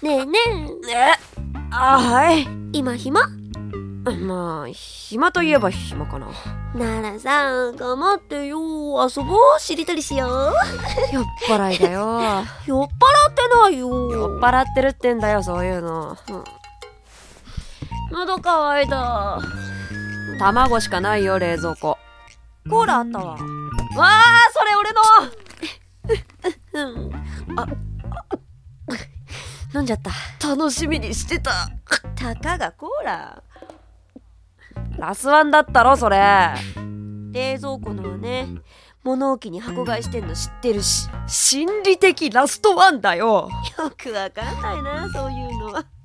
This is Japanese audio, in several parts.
ねえねはい。 今暇？ まあ暇といえば暇かな。 ならさ、構ってよ。遊ぼう。しりとりしよう。 酔っ払いだよ。 酔っ払ってないよ。 酔っ払ってるってんだよ、そういうの。 喉乾いた。 卵しかないよ、冷蔵庫。 コーラあったわ。 わあ、それ俺の飲んじゃった。 楽しみにしてた。 たかがコーラ。 ラスワンだったろ、それ。 冷蔵庫のはね、物置に箱買いしてんの知ってるし。 心理的ラストワンだよ。 よくわかんないな、そういうのは。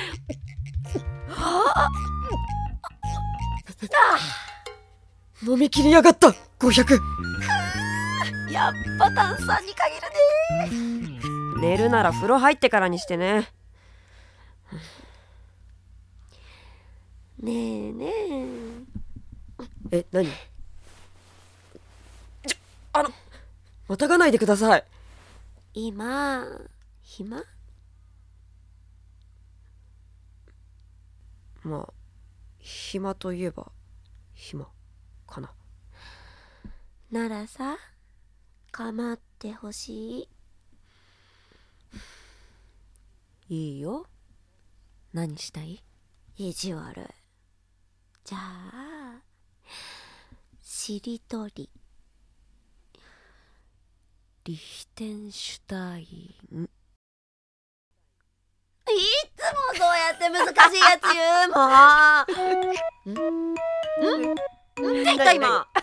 飲み切りやがった。500。 やっぱ炭酸に限るね。 寝るなら風呂入ってからにしてね。 ねえねえ。 何？またがないでください。 今暇？ まあ暇といえば暇かな。 ならさ、構ってほしい。 いいよ。何したい？ 意地悪い。じゃあしりとり。 リヒテンシュタイン。 いつもそうやって難しいやつ言うもん。 なんだ今。